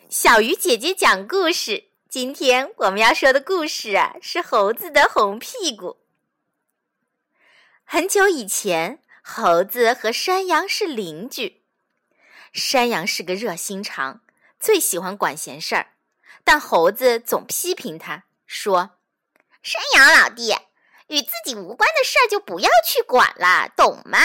小鱼姐姐讲故事。今天我们要说的故事是猴子的红屁股。很久以前，猴子和山羊是邻居。山羊是个热心肠，最喜欢管闲事儿，但猴子总批评他，说：山羊老弟，与自己无关的事儿就不要去管了，懂吗？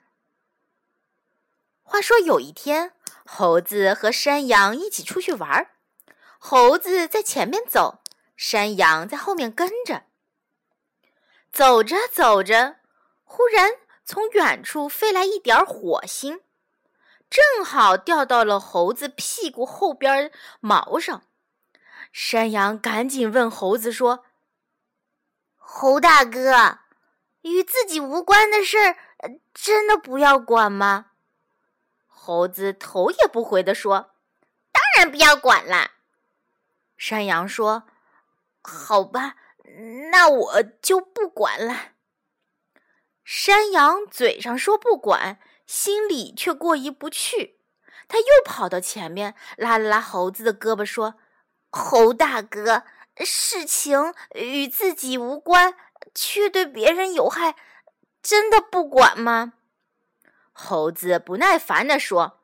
话说有一天，猴子和山羊一起出去玩，猴子在前面走，山羊在后面跟着。走着走着，忽然从远处飞来一点火星，正好掉到了猴子屁股后边毛上。山羊赶紧问猴子说：猴大哥，与自己无关的事儿，真的不要管吗？猴子头也不回地说：当然不要管啦。山羊说：好吧，那我就不管了。山羊嘴上说不管，心里却过意不去。他又跑到前面，拉了拉猴子的胳膊说：猴大哥，事情与自己无关，却对别人有害，真的不管吗？猴子不耐烦地说：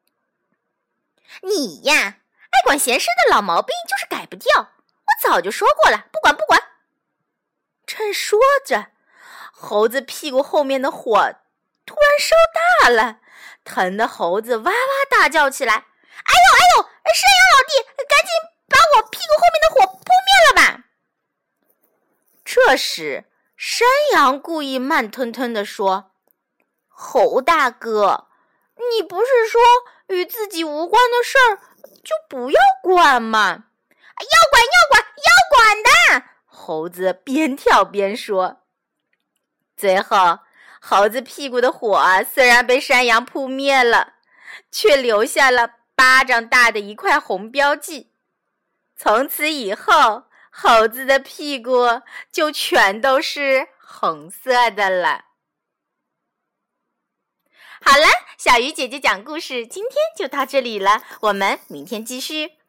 你呀，爱管闲事的老毛病就是改不掉，我早就说过了，不管不管。正说着，猴子屁股后面的火突然烧大了，疼得猴子哇哇大叫起来：哎呦哎呦，山羊老弟，赶紧把我屁股后面的火扑灭了吧。这时山羊故意慢吞吞地说：猴大哥，你不是说与自己无关的事儿就不要管吗？要管要管要管的！猴子边跳边说。最后，猴子屁股的火虽然被山羊扑灭了，却留下了巴掌大的一块红标记。从此以后，猴子的屁股就全都是红色的了。好了，小鱼姐姐讲故事今天就到这里了，我们明天继续。